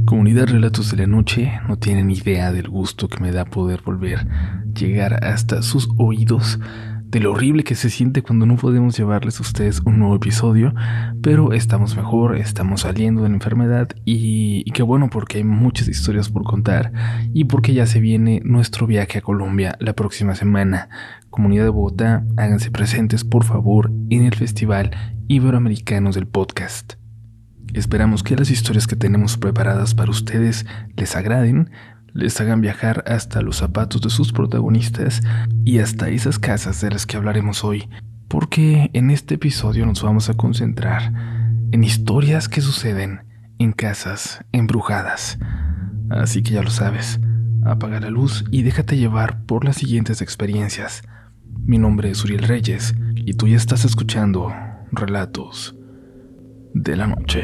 Comunidad Relatos de la Noche, no tienen idea del gusto que me da poder volver a llegar hasta sus oídos, de lo horrible que se siente cuando no podemos llevarles a ustedes un nuevo episodio, pero estamos mejor, estamos saliendo de la enfermedad y qué bueno, porque hay muchas historias por contar y porque ya se viene nuestro viaje a Colombia la próxima semana. Comunidad de Bogotá, háganse presentes por favor en el Festival Iberoamericanos del Podcast. Esperamos que las historias que tenemos preparadas para ustedes les agraden, les hagan viajar hasta los zapatos de sus protagonistas y hasta esas casas de las que hablaremos hoy, porque en este episodio nos vamos a concentrar en historias que suceden en casas embrujadas. Así que ya lo sabes, apaga la luz y déjate llevar por las siguientes experiencias. Mi nombre es Uriel Reyes y tú ya estás escuchando Relatos de la Noche.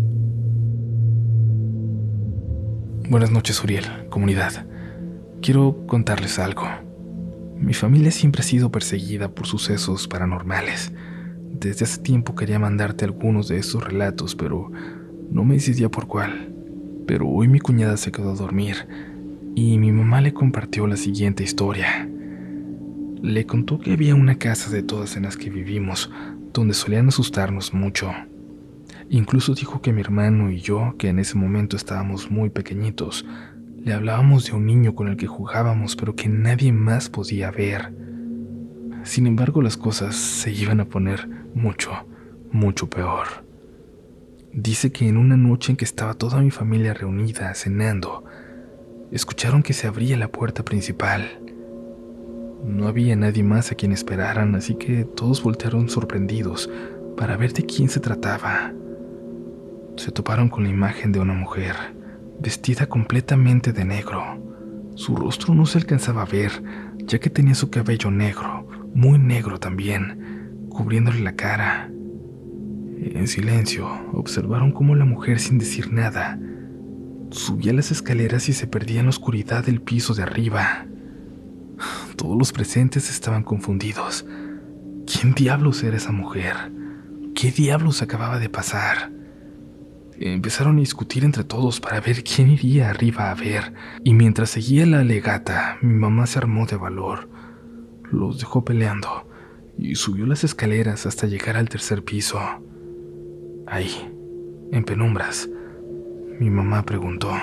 Buenas noches, Uriel, comunidad. Quiero contarles algo. Mi familia siempre ha sido perseguida por sucesos paranormales. Desde hace tiempo quería mandarte algunos de esos relatos, pero no me decidía por cuál. Pero hoy mi cuñada se quedó a dormir y mi mamá le compartió la siguiente historia. Le contó que había una casa de todas en las que vivimos, donde solían asustarnos mucho. Incluso dijo que mi hermano y yo, que en ese momento estábamos muy pequeñitos, le hablábamos de un niño con el que jugábamos, pero que nadie más podía ver. Sin embargo, las cosas se iban a poner mucho, mucho peor. Dice que en una noche en que estaba toda mi familia reunida, cenando, escucharon que se abría la puerta principal. No había nadie más a quien esperaran, así que todos voltearon sorprendidos para ver de quién se trataba. Se toparon con la imagen de una mujer, vestida completamente de negro. Su rostro no se alcanzaba a ver, ya que tenía su cabello negro, muy negro también, cubriéndole la cara. En silencio, observaron cómo la mujer, sin decir nada, subía las escaleras y se perdía en la oscuridad del piso de arriba. Todos los presentes estaban confundidos. ¿Quién diablos era esa mujer? ¿Qué diablos acababa de pasar? Empezaron a discutir entre todos para ver quién iría arriba a ver, y mientras seguía la alegata, mi mamá se armó de valor. Los dejó peleando y subió las escaleras hasta llegar al tercer piso. Ahí, en penumbras, mi mamá preguntó: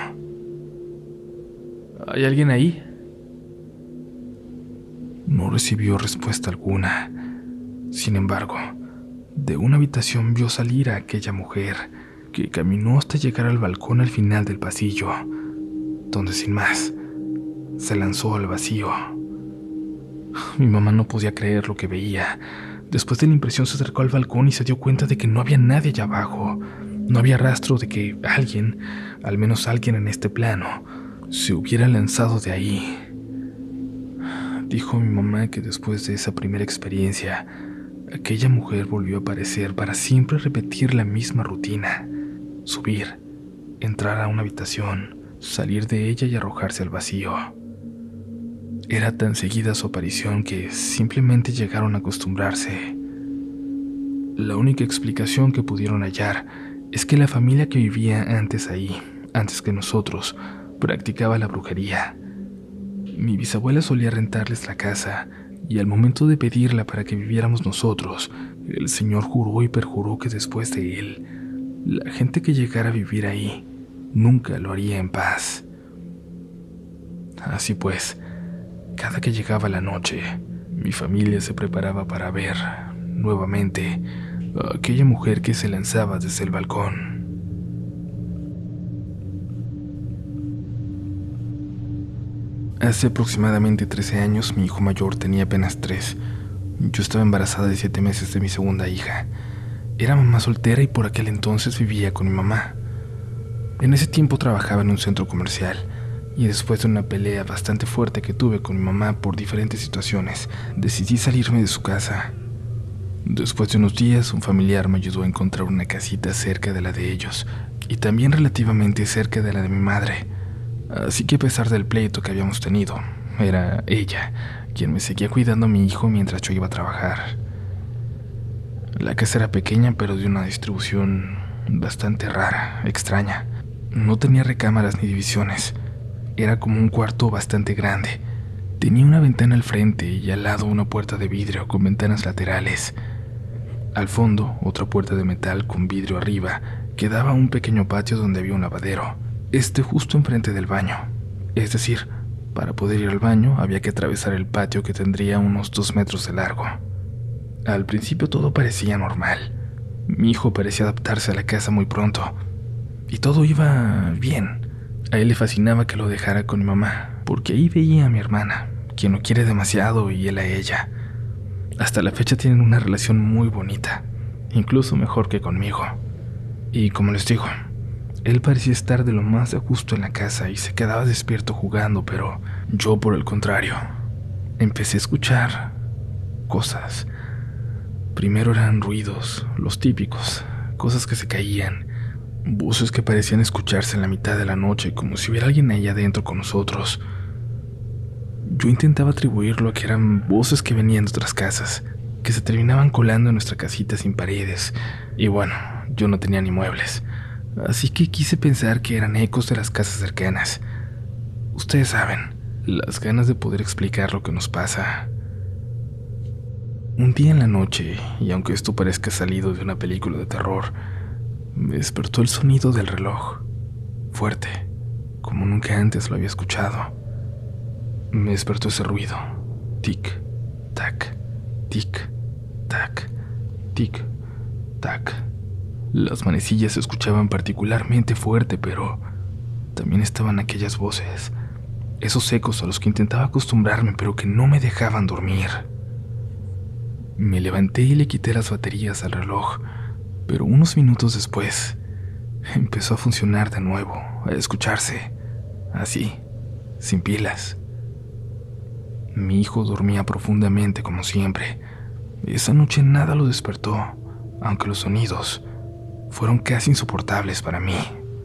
¿hay alguien ahí? No recibió respuesta alguna. Sin embargo, de una habitación vio salir a aquella mujer, que caminó hasta llegar al balcón al final del pasillo, donde sin más, se lanzó al vacío. Mi mamá no podía creer lo que veía. Después de la impresión se acercó al balcón y se dio cuenta de que no había nadie allá abajo. No había rastro de que alguien, al menos alguien en este plano, se hubiera lanzado de ahí. Dijo mi mamá que después de esa primera experiencia, aquella mujer volvió a aparecer para siempre repetir la misma rutina: subir, entrar a una habitación, salir de ella y arrojarse al vacío. Era tan seguida su aparición que simplemente llegaron a acostumbrarse. La única explicación que pudieron hallar es que la familia que vivía antes ahí, antes que nosotros, practicaba la brujería. Mi bisabuela solía rentarles la casa, y al momento de pedirla para que viviéramos nosotros, el señor juró y perjuró que después de él, la gente que llegara a vivir ahí nunca lo haría en paz. Así pues, cada que llegaba la noche, mi familia se preparaba para ver, nuevamente, a aquella mujer que se lanzaba desde el balcón. Hace aproximadamente 13 años, mi hijo mayor tenía apenas 3. Yo estaba embarazada de 7 meses de mi segunda hija. Era mamá soltera y por aquel entonces vivía con mi mamá. En ese tiempo trabajaba en un centro comercial y después de una pelea bastante fuerte que tuve con mi mamá por diferentes situaciones, decidí salirme de su casa. Después de unos días, un familiar me ayudó a encontrar una casita cerca de la de ellos y también relativamente cerca de la de mi madre. Así que a pesar del pleito que habíamos tenido, era ella quien me seguía cuidando a mi hijo mientras yo iba a trabajar. La casa era pequeña, pero de una distribución bastante rara, extraña. No tenía recámaras ni divisiones. Era como un cuarto bastante grande. Tenía una ventana al frente y al lado una puerta de vidrio con ventanas laterales. Al fondo, otra puerta de metal con vidrio arriba que daba a un pequeño patio donde había un lavadero, justo enfrente del baño. Es decir, para poder ir al baño había que atravesar el patio que tendría unos 2 metros de largo. Al principio todo parecía normal. Mi hijo parecía adaptarse a la casa muy pronto. Y todo iba bien. A él le fascinaba que lo dejara con mi mamá, porque ahí veía a mi hermana, quien lo quiere demasiado, y él a ella. Hasta la fecha tienen una relación muy bonita, incluso mejor que conmigo. Y como les digo, él parecía estar de lo más a gusto en la casa y se quedaba despierto jugando, pero yo, por el contrario, empecé a escuchar cosas. Primero eran ruidos, los típicos, cosas que se caían, voces que parecían escucharse en la mitad de la noche, como si hubiera alguien ahí adentro con nosotros. Yo intentaba atribuirlo a que eran voces que venían de otras casas, que se terminaban colando en nuestra casita sin paredes. Y bueno, yo no tenía ni muebles, así que quise pensar que eran ecos de las casas cercanas. Ustedes saben, las ganas de poder explicar lo que nos pasa. Un día en la noche, y aunque esto parezca salido de una película de terror, me despertó el sonido del reloj, fuerte, como nunca antes lo había escuchado. Me despertó ese ruido, tic, tac, tic, tac, tic, tac. Las manecillas se escuchaban particularmente fuerte, pero también estaban aquellas voces, esos ecos a los que intentaba acostumbrarme, pero que no me dejaban dormir. Me levanté y le quité las baterías al reloj, pero unos minutos después empezó a funcionar de nuevo, a escucharse, así, sin pilas. Mi hijo dormía profundamente como siempre. Esa noche nada lo despertó, aunque los sonidos fueron casi insoportables para mí.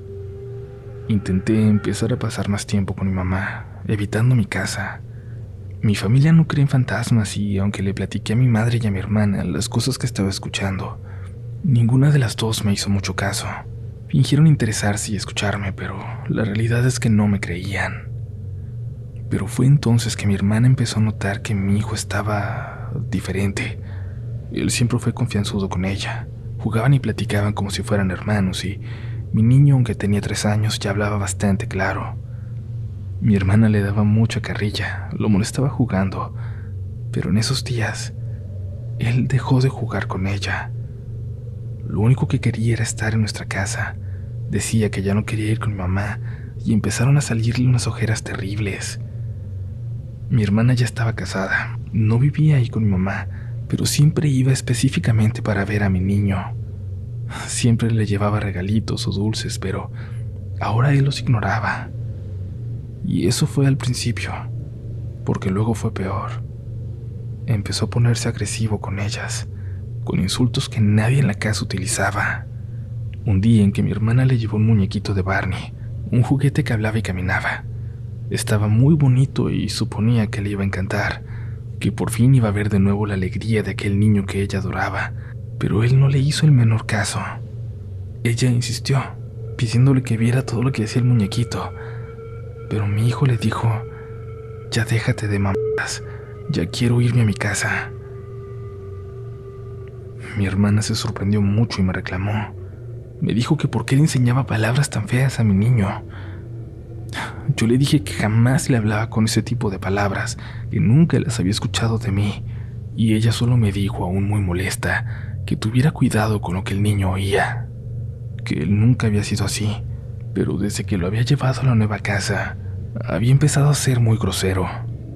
Intenté empezar a pasar más tiempo con mi mamá, evitando mi casa. Mi familia no cree en fantasmas y aunque le platiqué a mi madre y a mi hermana las cosas que estaba escuchando, ninguna de las dos me hizo mucho caso. Fingieron interesarse y escucharme, pero la realidad es que no me creían. Pero fue entonces que mi hermana empezó a notar que mi hijo estaba diferente. Él siempre fue confianzudo con ella. Jugaban y platicaban como si fueran hermanos y mi niño, aunque tenía 3 años, ya hablaba bastante claro. Mi hermana le daba mucha carrilla, lo molestaba jugando, pero en esos días, él dejó de jugar con ella. Lo único que quería era estar en nuestra casa. Decía que ya no quería ir con mi mamá y empezaron a salirle unas ojeras terribles. Mi hermana ya estaba casada, no vivía ahí con mi mamá, pero siempre iba específicamente para ver a mi niño. Siempre le llevaba regalitos o dulces, pero ahora él los ignoraba. Y eso fue al principio, porque luego fue peor. Empezó a ponerse agresivo con ellas, con insultos que nadie en la casa utilizaba. Un día en que mi hermana le llevó un muñequito de Barney, un juguete que hablaba y caminaba. Estaba muy bonito y suponía que le iba a encantar, que por fin iba a ver de nuevo la alegría de aquel niño que ella adoraba, pero él no le hizo el menor caso. Ella insistió, pidiéndole que viera todo lo que hacía el muñequito, pero mi hijo le dijo: «Ya déjate de mamadas, ya quiero irme a mi casa». Mi hermana se sorprendió mucho y me reclamó. Me dijo que por qué le enseñaba palabras tan feas a mi niño. Yo le dije que jamás le hablaba con ese tipo de palabras, que nunca las había escuchado de mí, y ella solo me dijo, aún muy molesta, que tuviera cuidado con lo que el niño oía, que él nunca había sido así, pero desde que lo había llevado a la nueva casa, había empezado a ser muy grosero.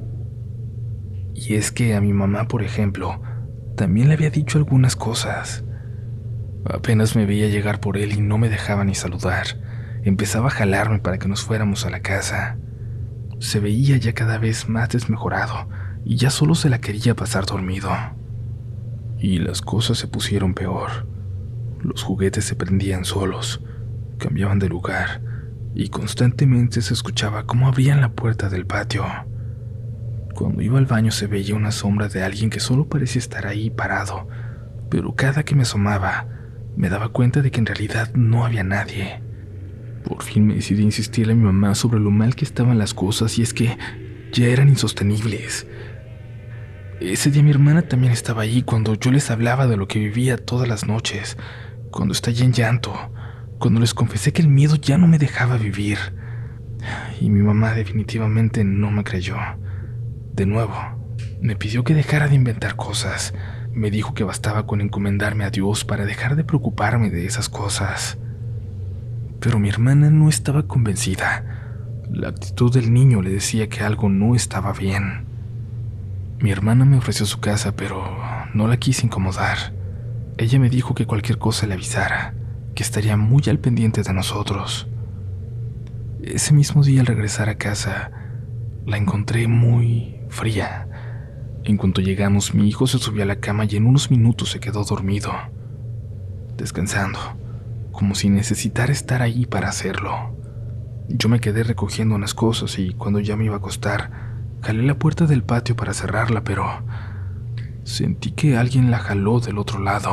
Y es que a mi mamá, por ejemplo, también le había dicho algunas cosas. Apenas me veía llegar por él y no me dejaba ni saludar. Empezaba a jalarme para que nos fuéramos a la casa. Se veía ya cada vez más desmejorado y ya solo se la quería pasar dormido. Y las cosas se pusieron peor. Los juguetes se prendían solos, cambiaban de lugar y constantemente se escuchaba cómo abrían la puerta del patio. Cuando iba al baño se veía una sombra de alguien que solo parecía estar ahí parado, pero cada que me asomaba me daba cuenta de que en realidad no había nadie. Por fin me decidí a insistirle a mi mamá sobre lo mal que estaban las cosas, y es que ya eran insostenibles. Ese día mi hermana también estaba ahí cuando yo les hablaba de lo que vivía todas las noches, cuando estallé en llanto, cuando les confesé que el miedo ya no me dejaba vivir. Y mi mamá definitivamente no me creyó. De nuevo, me pidió que dejara de inventar cosas. Me dijo que bastaba con encomendarme a Dios para dejar de preocuparme de esas cosas. Pero mi hermana no estaba convencida. La actitud del niño le decía que algo no estaba bien. Mi hermana me ofreció su casa, pero no la quise incomodar. Ella me dijo que cualquier cosa le avisara, que estaría muy al pendiente de nosotros. Ese mismo día, al regresar a casa, la encontré muy fría. En cuanto llegamos, mi hijo se subió a la cama y en unos minutos se quedó dormido, descansando, como si necesitara estar ahí para hacerlo. Yo me quedé recogiendo unas cosas y cuando ya me iba a acostar, jalé la puerta del patio para cerrarla, pero sentí que alguien la jaló del otro lado.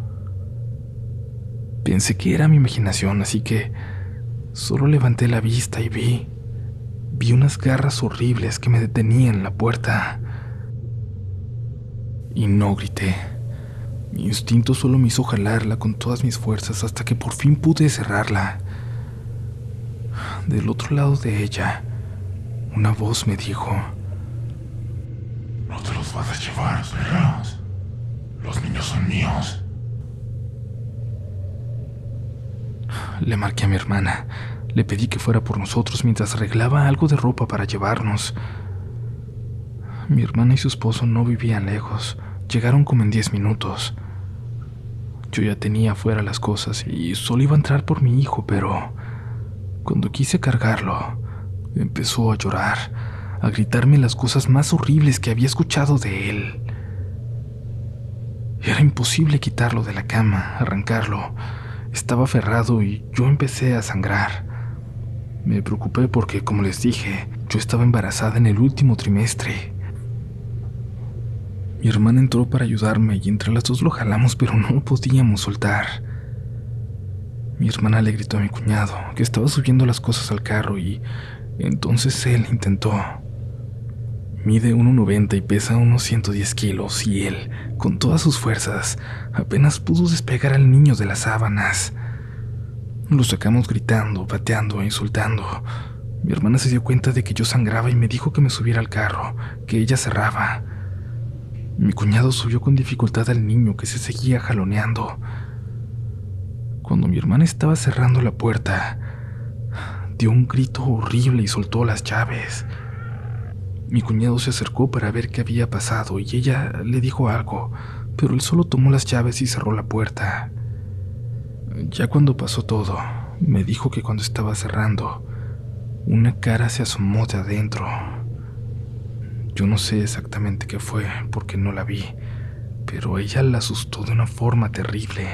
Pensé que era mi imaginación, así que solo levanté la vista y vi unas garras horribles que me detenían en la puerta. Y no grité. Mi instinto solo me hizo jalarla con todas mis fuerzas hasta que por fin pude cerrarla. Del otro lado de ella, una voz me dijo: No te los vas a llevar, verás. Los niños son míos. Le marqué a mi hermana. Le pedí que fuera por nosotros mientras arreglaba algo de ropa para llevarnos. Mi hermana y su esposo no vivían lejos. Llegaron como en 10 minutos. Yo ya tenía afuera las cosas y solo iba a entrar por mi hijo, pero cuando quise cargarlo, empezó a llorar, a gritarme las cosas más horribles que había escuchado de él. Era imposible quitarlo de la cama, arrancarlo. Estaba aferrado y yo empecé a sangrar. Me preocupé porque, como les dije, yo estaba embarazada en el último trimestre. Mi hermana entró para ayudarme y entre las dos lo jalamos, pero no lo podíamos soltar. Mi hermana le gritó a mi cuñado que estaba subiendo las cosas al carro y entonces él intentó. Mide 1,90 y pesa unos 110 kilos y él, con todas sus fuerzas, apenas pudo despegar al niño de las sábanas. Lo sacamos gritando, pateando e insultando. Mi hermana se dio cuenta de que yo sangraba y me dijo que me subiera al carro, que ella cerraba. Mi cuñado subió con dificultad al niño que se seguía jaloneando. Cuando mi hermana estaba cerrando la puerta, dio un grito horrible y soltó las llaves. Mi cuñado se acercó para ver qué había pasado y ella le dijo algo, pero él solo tomó las llaves y cerró la puerta. Ya cuando pasó todo, me dijo que cuando estaba cerrando, una cara se asomó de adentro. Yo no sé exactamente qué fue porque no la vi, pero ella la asustó de una forma terrible.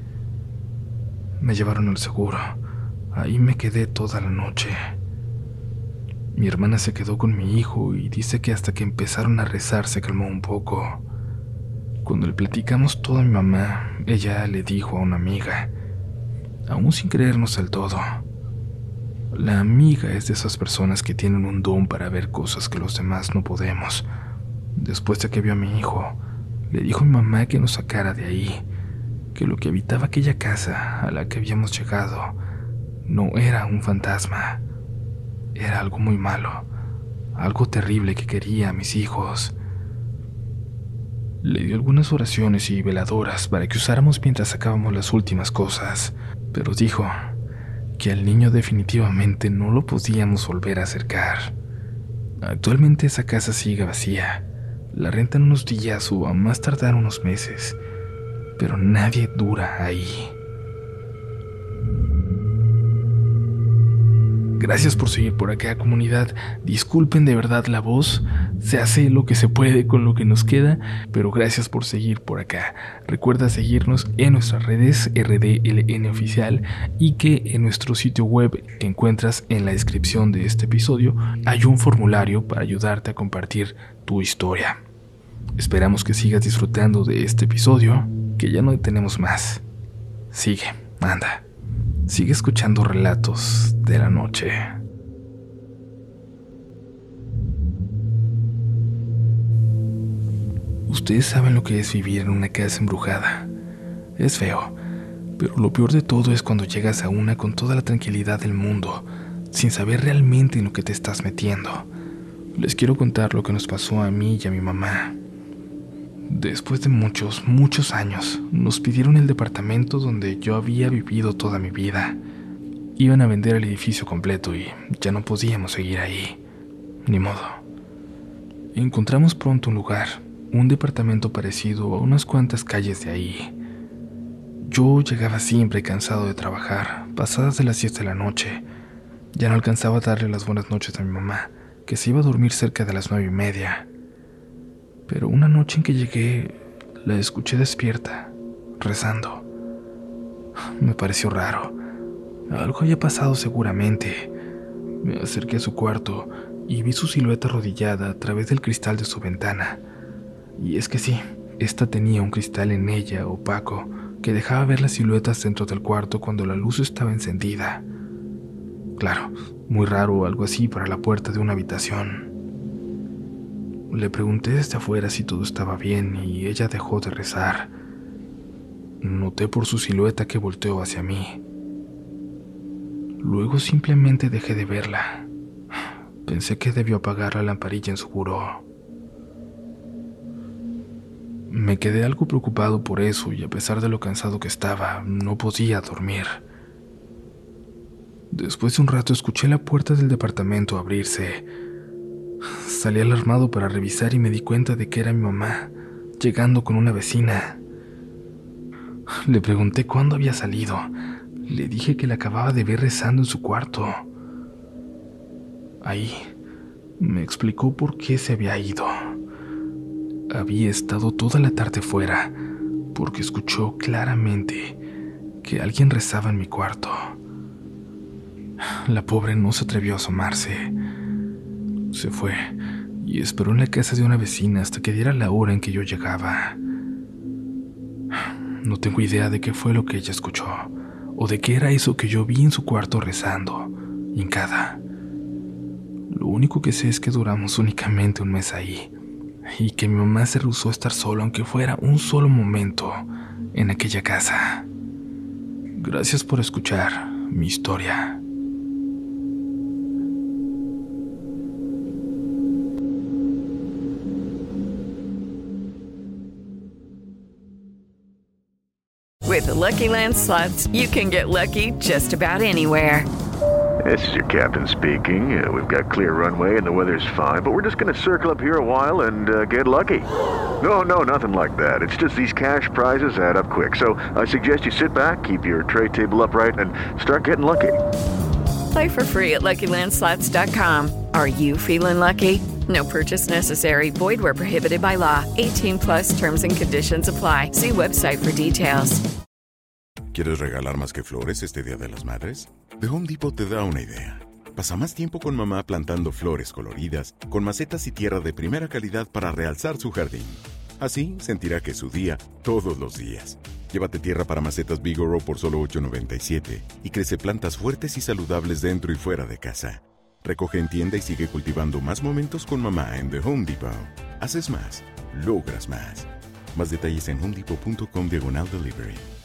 Me llevaron al seguro. Ahí me quedé toda la noche. Mi hermana se quedó con mi hijo y dice que hasta que empezaron a rezar se calmó un poco. Cuando le platicamos todo a mi mamá, ella le dijo a una amiga, aún sin creernos del todo. La amiga es de esas personas que tienen un don para ver cosas que los demás no podemos. Después de que vio a mi hijo, le dijo a mi mamá que nos sacara de ahí, que lo que habitaba aquella casa a la que habíamos llegado no era un fantasma, era algo muy malo, algo terrible que quería a mis hijos. Le dio algunas oraciones y veladoras para que usáramos mientras sacábamos las últimas cosas, pero dijo que al niño definitivamente no lo podíamos volver a acercar. Actualmente esa casa sigue vacía. La rentan unos días o a más tardar unos meses, pero nadie dura ahí. Gracias por seguir por acá, comunidad. Disculpen de verdad la voz, se hace lo que se puede con lo que nos queda, pero gracias por seguir por acá. Recuerda seguirnos en nuestras redes RDLN Oficial y que en nuestro sitio web que encuentras en la descripción de este episodio hay un formulario para ayudarte a compartir tu historia. Esperamos que sigas disfrutando de este episodio, que ya no tenemos más. Sigue, anda. Sigue escuchando Relatos de la Noche. Ustedes saben lo que es vivir en una casa embrujada. Es feo, pero lo peor de todo es cuando llegas a una con toda la tranquilidad del mundo, sin saber realmente en lo que te estás metiendo. Les quiero contar lo que nos pasó a mí y a mi mamá. Después de muchos, muchos años, nos pidieron el departamento donde yo había vivido toda mi vida. Iban a vender el edificio completo y ya no podíamos seguir ahí. Ni modo. Encontramos pronto un lugar, un departamento parecido a unas cuantas calles de ahí. Yo llegaba siempre cansado de trabajar, pasadas de las 10 de la noche. Ya no alcanzaba a darle las buenas noches a mi mamá, que se iba a dormir cerca de las 9:30. Pero una noche en que llegué, la escuché despierta, rezando. Me pareció raro. Algo había pasado seguramente. Me acerqué a su cuarto y vi su silueta arrodillada a través del cristal de su ventana. Y es que sí, esta tenía un cristal en ella, opaco, que dejaba ver las siluetas dentro del cuarto cuando la luz estaba encendida. Claro, muy raro algo así para la puerta de una habitación. Le pregunté desde afuera si todo estaba bien y ella dejó de rezar. Noté por su silueta que volteó hacia mí. Luego simplemente dejé de verla. Pensé que debió apagar la lamparilla en su buró. Me quedé algo preocupado por eso y a pesar de lo cansado que estaba, no podía dormir. Después de un rato escuché la puerta del departamento abrirse. Salí alarmado para revisar y me di cuenta de que era mi mamá, llegando con una vecina. Le pregunté cuándo había salido. Le dije que la acababa de ver rezando en su cuarto. Ahí me explicó por qué se había ido. Había estado toda la tarde fuera porque escuchó claramente que alguien rezaba en mi cuarto. La pobre no se atrevió a asomarse. Se fue y esperó en la casa de una vecina hasta que diera la hora en que yo llegaba. No tengo idea de qué fue lo que ella escuchó o de qué era eso que yo vi en su cuarto rezando, hincada. Lo único que sé es que duramos únicamente un mes ahí y que mi mamá se rehusó a estar sola aunque fuera un solo momento en aquella casa. Gracias por escuchar mi historia. With the Lucky Land Slots, you can get lucky just about anywhere. This is your captain speaking. We've got clear runway and the weather's fine, but we're just going to circle up here a while and get lucky. No, nothing like that. It's just these cash prizes add up quick. So I suggest you sit back, keep your tray table upright, and start getting lucky. Play for free at LuckyLandSlots.com. Are you feeling lucky? No purchase necessary. Void where prohibited by law. 18+ terms and conditions apply. See website for details. ¿Quieres regalar más que flores este Día de las Madres? The Home Depot te da una idea. Pasa más tiempo con mamá plantando flores coloridas, con macetas y tierra de primera calidad para realzar su jardín. Así sentirá que es su día todos los días. Llévate tierra para macetas Bigoro por solo $8.97 y crece plantas fuertes y saludables dentro y fuera de casa. Recoge en tienda y sigue cultivando más momentos con mamá en The Home Depot. Haces más, logras más. Más detalles en homedepot.com/delivery.